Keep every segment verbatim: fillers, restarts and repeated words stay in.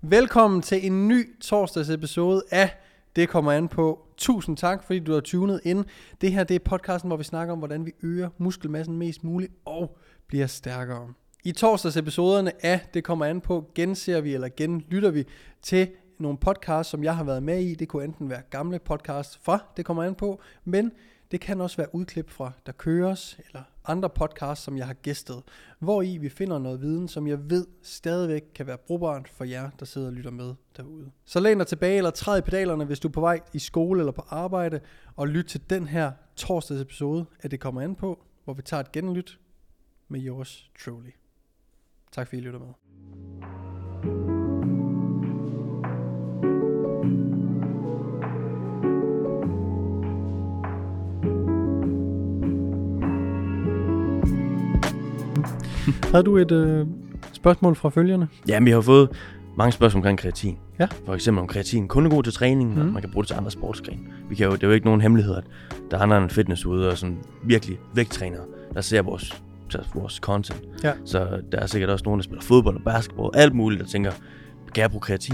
Velkommen til en ny torsdags episode af Det kommer an på. Tusind tak, fordi du har tunet ind. Det her det er podcasten, hvor vi snakker om, hvordan vi øger muskelmassen mest muligt og bliver stærkere. I torsdags episoderne af Det kommer an på, genser vi eller genlytter vi til nogle podcasts, som jeg har været med i. Det kunne enten være gamle podcasts fra Det kommer an på, men det kan også være udklip fra Der køres, eller andre podcasts, som jeg har gæstet, hvor i vi finder noget viden, som jeg ved stadigvæk kan være brugbart for jer, der sidder og lytter med derude. Så læn dig tilbage eller træd i pedalerne, hvis du er på vej i skole eller på arbejde, og lyt til den her torsdags episode af Det kommer an på, hvor vi tager et genlyt med yours truly. Tak fordi I lytter med. Havde du et øh, spørgsmål fra følgerne? Ja, vi har fået mange spørgsmål omkring kreatin. Ja. For eksempel om kreatin kun er god til træning, mm. og man kan bruge det til andre sportsgrene. Vi kan jo, det er jo ikke nogen hemmelighed, at der er andre end fitness ude, og sådan virkelig vægttrænere, der ser vores, vores content. Ja. Så der er sikkert også nogen, der spiller fodbold og basketball, alt muligt, der tænker, kan jeg bruge kreatin?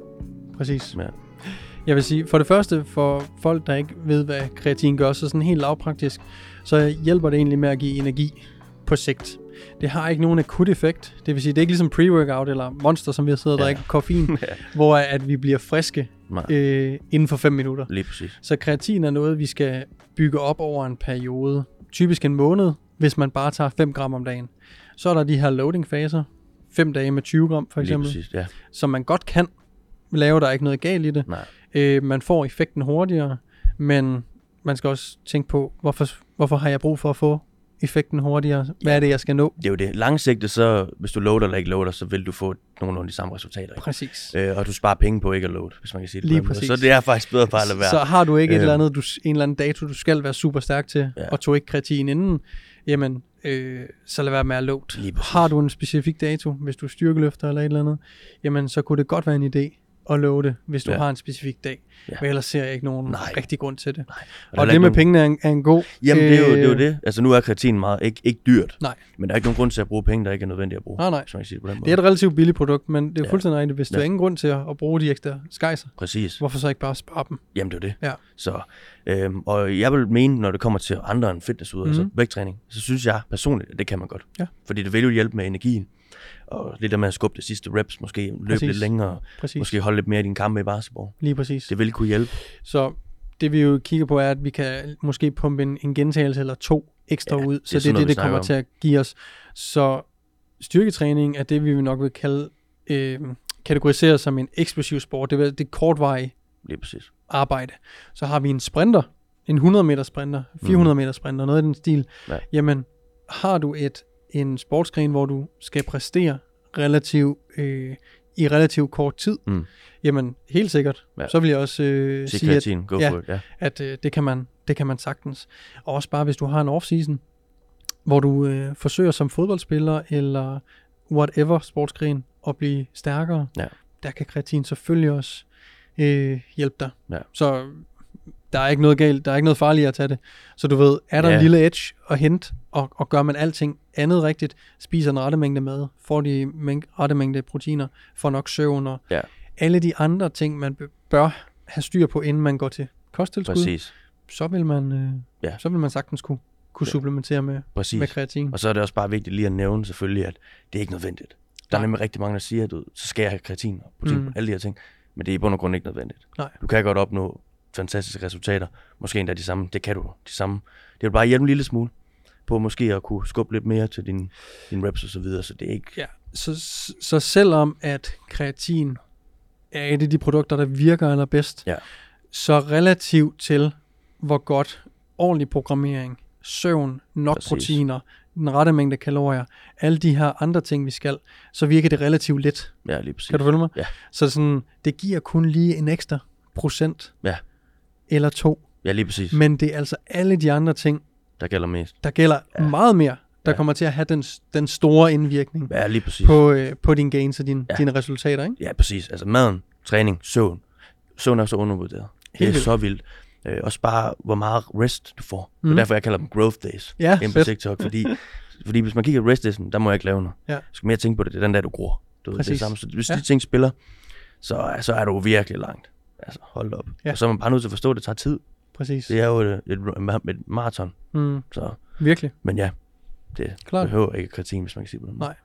Præcis. Ja. Jeg vil sige, for det første, for folk, der ikke ved, hvad kreatin gør, så sådan helt lavpraktisk, så hjælper det egentlig med at give energi på sigt. Det har ikke nogen akut effekt. Det vil sige, det er ikke ligesom pre-workout eller Monster, som vi sidder og drikker ja. koffein, ja. hvor at vi bliver friske øh, inden for fem minutter. Lige præcis. Så kreatin er noget, vi skal bygge op over en periode. Typisk en måned, hvis man bare tager fem gram om dagen. Så er der de her loading-faser. fem dage med tyve gram for eksempel. Lige præcis, ja. Som man godt kan lave, der er ikke noget galt i det. Nej. Øh, man får effekten hurtigere, men man skal også tænke på, hvorfor, hvorfor har jeg brug for at få effekten hurtigere? Hvad er det, jeg skal nå? Det er jo det. Langsigtet, så hvis du loader eller ikke loader, så vil du få nogenlunde de samme resultater. Ikke? Præcis. Øh, og du sparer penge på ikke at load, hvis man kan sige det. Lige præcis. Så det er faktisk bedre bare at lade være. Så har du ikke øh, et eller andet, du, en eller anden dato, du skal være super stærk til, ja. og tog ikke kreatin inden, jamen, øh, så lad være med at load. Har du en specifik dato, hvis du er styrkeløfter eller et eller andet, jamen, så kunne det godt være en idé at love det, hvis du ja. har en specifik dag. Ja. Men ellers ser jeg ikke nogen Nej. rigtig grund til det. Nej. Og, og det med nogen... pengene er en, er en god... Jamen, det er, jo, det er jo det. Altså, nu er kreatin meget ikke, ikke dyrt. Nej. Men der er ikke nogen grund til at bruge penge, der ikke er nødvendigt at bruge. Nej, nej. Som jeg siger på den måde. Det er et relativt billigt produkt, men det er jo ja. fuldstændig rigtigt. Hvis ja. du har ingen grund til at, at bruge de ekstra skejser, Præcis. hvorfor så ikke bare spare dem? Jamen, det er det. Ja. Så, øhm, og jeg vil mene, når det kommer til andre end fitness ud, mm. altså vægttræning, så synes jeg personligt, at det kan man godt. Ja. Fordi det vil jo hjælpe med energien. Og lidt der med at skubbe det sidste reps, måske løbe præcis. lidt længere, præcis. måske holde lidt mere i dine kampe i basketball. Lige præcis. Det vil kunne hjælpe. Så det vi jo kigger på er, at vi kan måske pumpe en, en gentagelse eller to ekstra ja, ud, så det er det, noget, det kommer om. til at give os. Så styrketræning er det, vi nok vil kalde, øh, kategorisere som en eksplosiv sport. Det er, det er kortvarig Lige præcis. arbejde. Så har vi en sprinter, en hundrede meter sprinter, fire hundrede meter sprinter, noget i den stil. Ja. Jamen, har du et en sportsgren, hvor du skal præstere relativ, øh, i relativt kort tid, mm. jamen helt sikkert, ja. så vil jeg også øh, sige, at, ja, it, ja. at øh, det, kan man, det kan man sagtens. Og også bare, hvis du har en off-season, hvor du øh, forsøger som fodboldspiller, eller whatever sportsgren, at blive stærkere, ja. der kan kreatin selvfølgelig også øh, hjælpe dig. Ja. Så der er ikke noget galt, der er ikke noget farligt at tage det. Så du ved, er der ja. en lille edge at hente, og, og gør man alting andet rigtigt, spiser en rette mængde mad, får de mæng- rette mængde proteiner, får nok søvn, og ja. alle de andre ting, man bør have styr på, inden man går til kosttilskud, Præcis. så vil man øh, ja. så vil man sagtens kunne, kunne ja. supplementere med, med kreatin. Og så er det også bare vigtigt lige at nævne selvfølgelig, at det er ikke nødvendigt. Der er nemlig rigtig mange, der siger, at du, så skal jeg have kreatin og protein mm. og alle de her ting, men det er i bund og grund ikke nødvendigt. Nej. Du kan godt opnå fantastiske resultater, måske endda de samme, det kan du, de samme. Det vil bare hjælpe en lille smule på måske at kunne skubbe lidt mere til din, din reps og så videre, så det er ikke... Ja, så, så selvom at kreatin er et af de produkter, der virker allerbedst, ja. så relativt til, hvor godt ordentlig programmering, søvn, nok Præcis. proteiner, den rette mængde kalorier, alle de her andre ting, vi skal, så virker det relativt lidt. Ja, lige præcis. Kan du følge mig? Ja. Så sådan, det giver kun lige en ekstra procent. Ja. Eller to. Ja, lige præcis. Men det er altså alle de andre ting, der gælder mest. Der gælder ja. meget mere, der ja. kommer til at have den, den store indvirkning ja, lige præcis. På, øh, på din gains og din, ja. dine resultater, ikke? Ja, præcis. Altså maden, træning, søvn. Søvn er så undervurderet. Det er vildt. Så vildt. Øh, også bare, hvor meget rest du får. Mm. Og derfor jeg kalder dem growth days. Ja, på TikTok, fordi, fordi hvis man kigger rest days, der må jeg ikke lave noget. Ja. Jeg skal mere tænke på det. Det er den der, du gror. Du ved, det er samme. Så hvis ja. de ting spiller, så, så er du virkelig langt. Altså, hold op. Ja. Og så er man bare nødt til at forstå, at det tager tid. Præcis. Det er jo et, et, et maraton. Mm. Så, virkelig. Men ja, det Klart. behøver ikke kreatin, hvis man kan sige på den. Nej.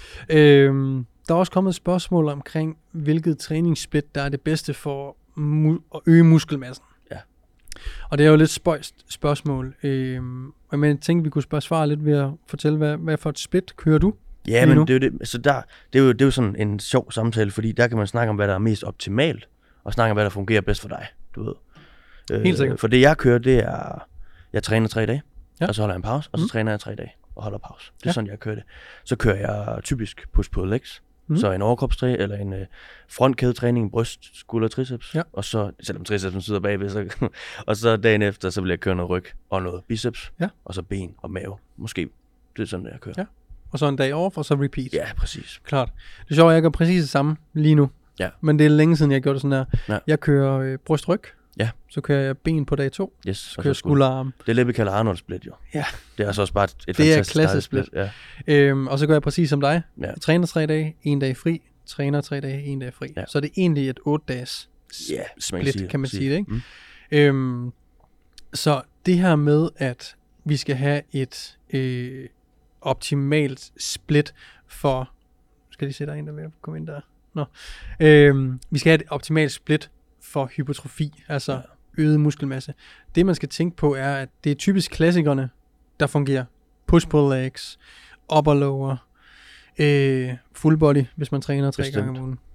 Øhm, der er også kommet et spørgsmål omkring, hvilket træningssplit, der er det bedste for mu- at øge muskelmassen. Ja. Og det er jo lidt spøjst spørgsmål. Øhm, og jeg tænkte, vi kunne spørge svare lidt ved at fortælle, hvad, hvad for et split kører du? Ja, men det er, jo det, så der, det, er jo, det er jo sådan en sjov samtale, fordi der kan man snakke om, hvad der er mest optimalt, og snakke om, hvad der fungerer bedst for dig, du ved. Helt sikkert. Øh, for det jeg kører, det er, jeg træner tre dage, ja. og så holder jeg en pause, og så mm. træner jeg tre dage, og holder pause. Det er ja. sådan, jeg kører det. Så kører jeg typisk push-pull legs, mm. så en overkropstræning, eller en øh, frontkædetræning, bryst, skulder, triceps, ja. og så, selvom tricepsen sidder bagved, så, og så dagen efter, så vil jeg køre noget ryg, og noget biceps, ja. og så ben og mave, måske. Det er sådan, jeg kører. Ja. Og så en dag off, og så repeat. Ja, præcis. Klart. Det er sjovt, jeg gør præcis det samme lige nu. Ja. Men det er længe siden, jeg gjorde det sådan her. Ja. Jeg kører øh, brystryg. Ja. Så kører jeg ben på dag to. Yes. Så kører jeg skulderarm. Det er det, vi kalder Arnold split, jo. Ja. Det er altså også bare et, et det fantastisk er klassisk split. Ja. Øhm, og så gør jeg præcis som dig. Ja. Jeg træner tre dage, en dag fri. Træner tre dage, en dag fri. Ja. Så det er egentlig et otte dages yeah, split, sige, kan man sige. sige det, ikke? Mm. Øhm, så det her med, at vi skal have et øh, optimalt split for... Skal lige se, der er en, der vil komme ind der. Nå. Øhm, vi skal have et optimalt split for hypertrofi, altså ja. øget muskelmasse. Det, man skal tænke på, er, at det er typisk klassikerne, der fungerer. Push-pull legs, upper lower, øh, full body, hvis man træner tre Bestemt. gange om ugen.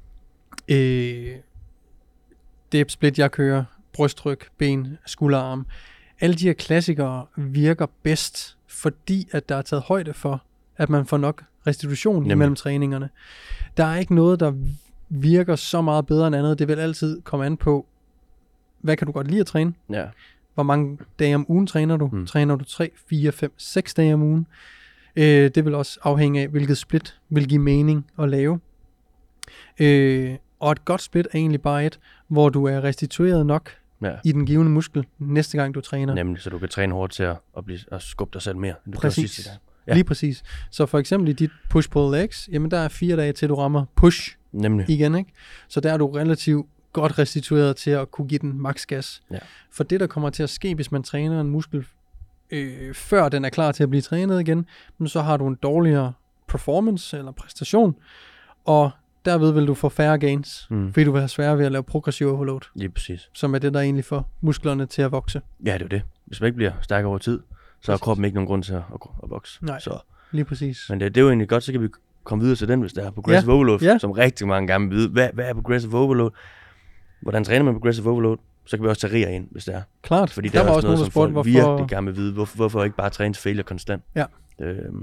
Øh, det er split, jeg kører. Brystryg, ben, skulderarm. Alle de her klassikere virker bedst, fordi at der er taget højde for, at man får nok restitution Nemlig. imellem træningerne. Der er ikke noget, der virker så meget bedre end andet. Det vil altid komme an på, hvad kan du godt lide at træne? Ja. Hvor mange dage om ugen træner du? Mm. Træner du tre, fire, fem, seks dage om ugen? Øh, det vil også afhænge af, hvilket split vil give mening at lave. Øh, og et godt split er egentlig bare et, hvor du er restitueret nok ja. i den givende muskel, næste gang du træner. Nemlig, så du kan træne hårdt til at, at, blive, at skubbe dig selv mere. End du præcis. Sidste gang. Ja. Lige præcis. Så for eksempel i dit push-pull legs, jamen der er fire dage til du rammer push Nemlig. igen, ikke? Så der er du relativt godt restitueret til at kunne give den maks gas. Ja. For det, der kommer til at ske, hvis man træner en muskel, øh, før den er klar til at blive trænet igen, så har du en dårligere performance eller præstation, og derved vil du få færre gains, mm. fordi du vil have sværere ved at lave progressiv overload. Lige præcis. Som er det, der egentlig får musklerne til at vokse. Ja, det er jo det. Hvis man ikke bliver stærk over tid, så har kroppen ikke nogen grund til at, at, at vokse. Nej, så. lige præcis. Men det, det er jo egentlig godt, så kan vi komme videre til den, hvis der er progressive ja. overload, ja. som rigtig mange gerne vil vide. Hvad, hvad er progressive overload? Hvordan træner man progressive overload? Så kan vi også tage riger ind, hvis det er. Klart. Fordi der, der er også noget, som folk hvorfor... virkelig gerne vil vide. Hvorfor, hvorfor ikke bare træne failure konstant? Ja. Øhm,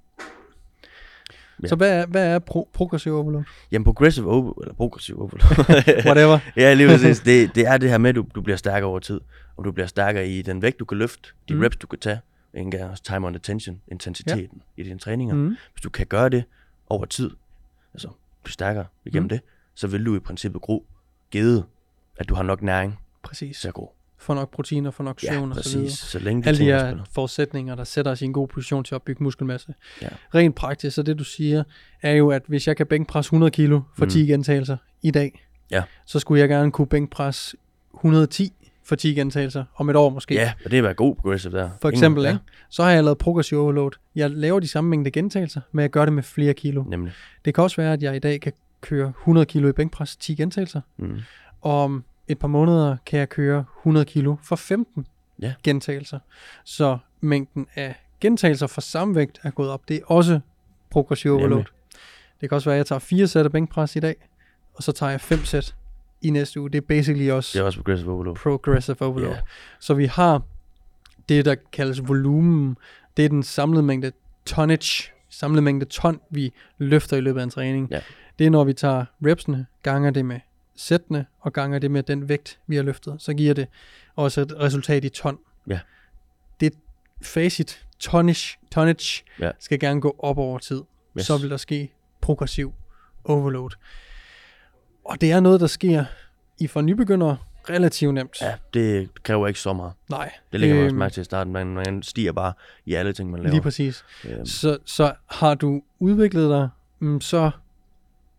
ja. Så hvad er, hvad er pro- progressive overload? Jamen progressive overload, eller progressive overload. Whatever. Ja, lige præcis. Det, det er det her med, at du, du bliver stærkere over tid. Og du bliver stærkere i den vægt, du kan løfte. De mm. reps, du kan tage. Ikke også time under tension, intensiteten ja. i dine træninger. Mm. Hvis du kan gøre det over tid, altså blive stærkere igennem mm. det, så vil du i princippet gro, givet at du har nok næring Præcis. til at gro. Få nok proteiner, få nok søvn ja, og så videre. Så længe de alle de her forudsætninger, der sætter os i en god position til at opbygge muskelmasse. Ja. Rent praktisk, så det du siger, er jo, at hvis jeg kan bænkpresse hundrede kilo for mm. ti gentagelser i dag, ja. så skulle jeg gerne kunne bænkpresse et hundrede og ti for ti gentagelser om et år måske. Ja, og det er god progressive der. For eksempel, Ingen, ikke? Så har jeg lavet progressive overload. Jeg laver de samme mængde gentagelser, men jeg gør det med flere kilo. Nemlig. Det kan også være, at jeg i dag kan køre hundrede kilo i bænkpres, ti gentagelser. Mm. Og om et par måneder kan jeg køre hundrede kilo for femten ja. gentagelser. Så mængden af gentagelser for samme vægt er gået op. Det er også progressive overload. Det kan også være, at jeg tager fire sæt af bænkpres i dag, og så tager jeg fem sæt i næste uge. Det er basically også, det er også progressive overload. Progressive overload. Yeah. Så vi har det, der kaldes volumen. Det er den samlede mængde tonnage, samlede mængde ton, vi løfter i løbet af en træning. Yeah. Det er, når vi tager repsene, ganger det med sættene, og ganger det med den vægt, vi har løftet. Så giver det også et resultat i ton. Yeah. Det facit, tonnage, tonnage yeah. skal gerne gå op over tid. Yes. Så vil der ske progressiv overload. Og det er noget, der sker i for nybegyndere relativt nemt. Ja, det kræver ikke så meget. Nej. Det ligger man også mærke til at starte. Man, man stiger bare i alle ting, man laver. Lige præcis. Øhm. Så, så har du udviklet dig, så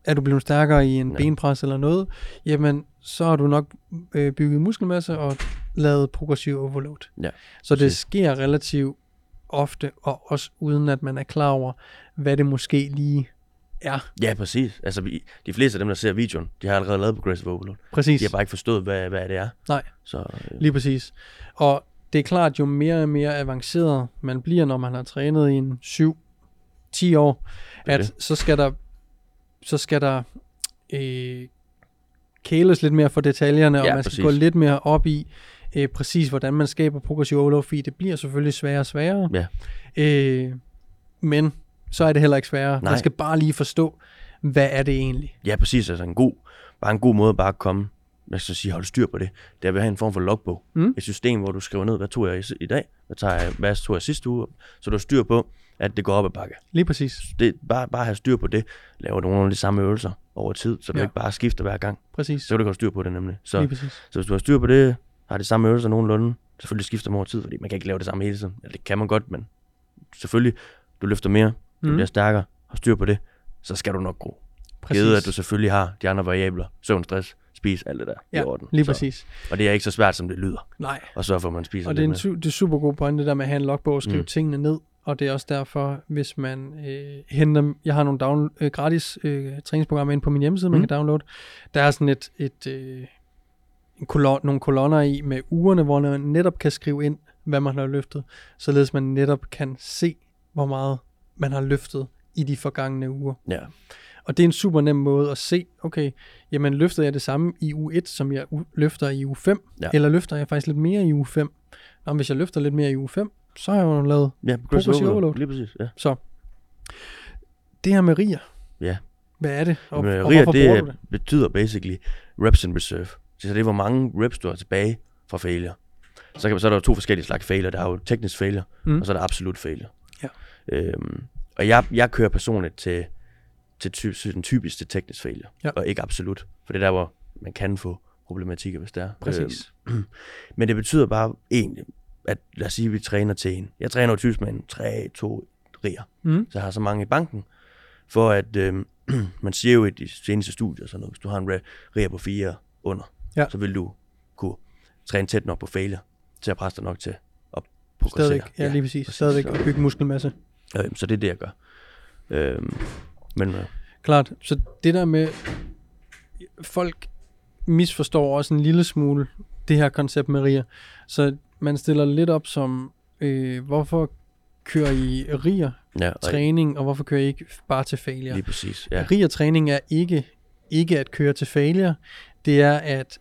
er du blevet stærkere i en ja. benpres eller noget, jamen så har du nok øh, bygget muskelmasse og lavet progressiv overload. Ja, så det sker relativt ofte, og også uden at man er klar over, hvad det måske lige er. Ja, præcis. Altså, vi, de fleste af dem, der ser videoen, de har allerede lavet progressive overload. Præcis. De har bare ikke forstået, hvad, hvad det er. Nej, så, øh. lige præcis. Og det er klart, jo mere og mere avanceret man bliver, når man har trænet i en syv ti år, at det. så skal der så skal der øh, kæles lidt mere for detaljerne, ja, og man skal præcis. gå lidt mere op i øh, præcis, hvordan man skaber progressiv overload, fordi det bliver selvfølgelig sværere og sværere. Ja. Øh, men så er det heller ikke sværere. Nej. Man skal bare lige forstå, hvad er det egentlig? Ja, præcis. Altså en god, bare en god måde bare at komme, jeg skal sige, holde styr på det. Det er at have en form for logbog. Mm. Et system, hvor du skriver ned, hvad tog jeg i, i dag, hvad, tager jeg, hvad tog jeg sidste uge, så du har styr på, at det går op ad bakke. Lige præcis. Det, bare, bare have styr på det. Laver du nogle af de samme øvelser over tid, så du ja. ikke bare skifter hver gang. Præcis. Så kan du have styr på det nemlig. Så, Lige præcis. Så hvis du har styr på det, har de samme øvelser nogenlunde, selvfølgelig skifter man over tid, fordi man kan ikke lave det samme hele tiden. Eller det kan man godt, men selvfølgelig, du løfter mere, du mm. bliver stærkere, har styr på det, så skal du nok gro. Præcis. Givet, at du selvfølgelig har de andre variabler, søvn, stress, spis, alt det der ja, i orden. lige så, præcis. Og det er ikke så svært, som det lyder. Nej. Og så får man spiser og det er en su- det er super god pointe, der med at have en logbog og skrive mm. tingene ned. Og det er også derfor, hvis man øh, henter, jeg har nogle down, øh, gratis øh, træningsprogrammer inde på min hjemmeside, mm. man kan downloade. Der er sådan et, et øh, en kolon, nogle kolonner i med ugerne, hvor man netop kan skrive ind, hvad man har løftet, således man netop kan se, hvor meget man har løftet i de forgangne uger. Ja. Og det er en super nem måde at se, okay, jamen løfter jeg det samme i uge et, som jeg u- løfter i uge fem, ja. eller løfter jeg faktisk lidt mere i uge fem? Nå, hvis jeg løfter lidt mere i uge fem, så har jeg jo lavet ja, progressive overload. Lige præcis, ja. Så, det her med R I A, ja. hvad er det? Og, men, og R I A, hvorfor det, bruger du det? betyder basically reps in reserve. Så det er, hvor mange reps du har tilbage fra failure. Så, kan, så er der jo to forskellige slags failure. Der er jo teknisk failure, mm. og så er der absolut failure. Ja. Øhm, og jeg, jeg kører personligt til, til ty, den typiske teknisk failure, ja. og ikke absolut. For det er der, hvor man kan få problematikker, hvis det er. Præcis. Øhm, men det betyder bare egentlig, at lad os sige, at vi træner til en. Jeg træner jo typisk med en tre to R I A. Mm. Så jeg har så mange i banken, for at øhm, man siger jo i de seneste studier, sådan noget, hvis du har en R I A på fire under, ja. så vil du kunne træne tæt nok på failure, til at presse dig nok til at progressere. Stadigvæk, ja, lige præcis. præcis. Stadigvæk at bygge muskelmasse. Øhm, så det er det, jeg gør. Øhm, men, øh. Klart, så det der med, folk misforstår også en lille smule det her koncept med R I A. Så man stiller lidt op som, øh, hvorfor kører I R I A-træning, ja, og hvorfor kører I ikke bare til failure? Lige præcis, ja. R I A-træning er ikke, ikke at køre til failure, det er at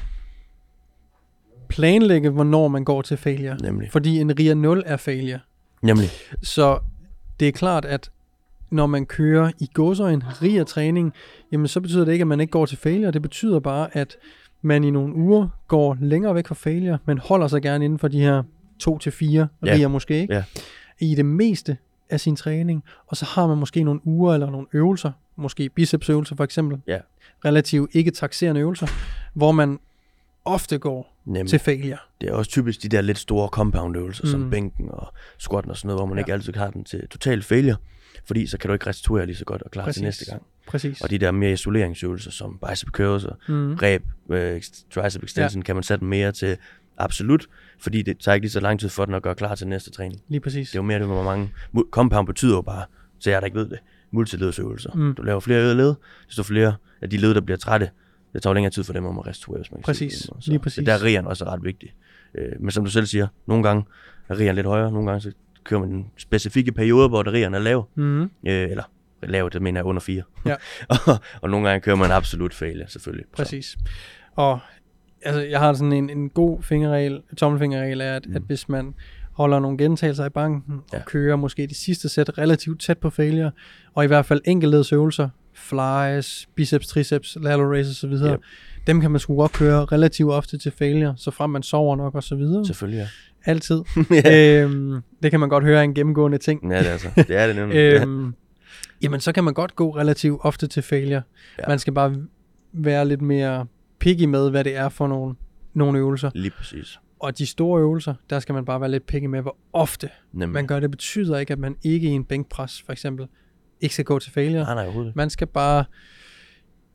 planlægge, hvornår man går til failure. Nemlig. Fordi en R I A nul er failure. Nemlig. Så det er klart, at når man kører i gåseøjne R I A-træning, jamen så betyder det ikke, at man ikke går til failure. Det betyder bare, at man i nogle uger går længere væk fra failure, men holder sig gerne inden for de her to til fire ja. R I A måske, ikke? Ja. I det meste af sin træning, og så har man måske nogle uger eller nogle øvelser, måske bicepsøvelser for eksempel, ja. relativt ikke taxerende øvelser, hvor man ofte går Nemlig. til failure. Det er også typisk de der lidt store compound-øvelser, mm. som bænken og squatten og sådan noget, hvor man ja. ikke altid har den til total failure, fordi så kan du ikke restituere lige så godt og klare til næste gang. Præcis. Og de der mere isoleringsøvelser, som bicep curls og mm. reb, øh, tricep extension, ja. kan man sætte mere til absolut, fordi det tager ikke lige så lang tid for den at gøre klar til næste træning. Lige præcis. Det er jo mere det, hvor mange... Compound betyder jo bare, så jeg der ikke ved det, multiledsøvelser. Mm. Du laver flere led, så flere af de led, der bliver trætte, det tager jo længere tid for dem om at restituere, hvis man kan præcis. sige det. Lige præcis. Det der er R I A'en også ret vigtig. Øh, men som du selv siger, nogle gange er R I A'en lidt højere, nogle gange så kører man en specifikke periode, hvor R I A'en er lav, mm. øh, eller lav, det mener jeg under fire. Ja. og, og nogle gange kører man absolut failure, selvfølgelig. Præcis. Så. Og altså, jeg har sådan en, en god fingerregel, tommelfingerregel er, at, mm. at hvis man holder nogle gentagelser i banken, ja. og kører måske de sidste sæt relativt tæt på failure, og i hvert fald enkeltledsøvelser, flies, biceps, triceps, lateral raises og så videre, yep. dem kan man sgu godt køre relativt ofte til failure, så frem man sover nok og så videre. Selvfølgelig, ja. Altid. yeah. øhm, det kan man godt høre er en gennemgående ting. Ja, det er altså. Det er det nemlig. øhm, jamen, så kan man godt gå relativt ofte til failure. Ja. Man skal bare være lidt mere picky med, hvad det er for nogle, nogle øvelser. Lige præcis. Og de store øvelser, der skal man bare være lidt picky med, hvor ofte Nemlig. man gør det. Betyder ikke, at man ikke i en bænkpres, for eksempel, ikke skal gå til failure. Nej, nej, overhovedet. Man skal bare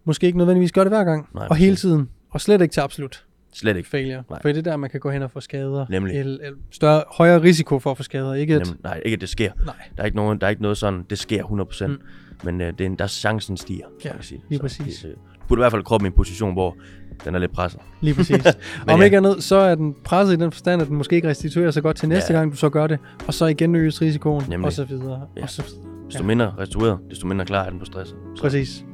måske ikke nødvendigvis gør det hver gang, Nej, og hele tiden, og slet ikke til absolut. Slet ikke. Failure. Nej. For det er der, man kan gå hen og få skader. Nemlig. Eller, eller større, højere risiko for at få skader. Ikke et... Nemlig. Nej, ikke at det sker. Nej. Der er ikke, nogen, der er ikke noget sådan, det sker hundrede procent. Mm. Men uh, det er en, der chancen stiger. Ja, kan sige. lige så, præcis. Det, du burde i hvert fald kroppen i en position, hvor den er lidt presset. Lige præcis. Om ja. ikke andet, så er den presset i den forstand, at den måske ikke restituerer så godt til næste ja. gang, du så gør det. Og så igen øges risikoen, Nemlig. og så videre. Ja. Og så videre. Desto mindre restaureret, desto mindre klar er den på stresset. Så. Præcis.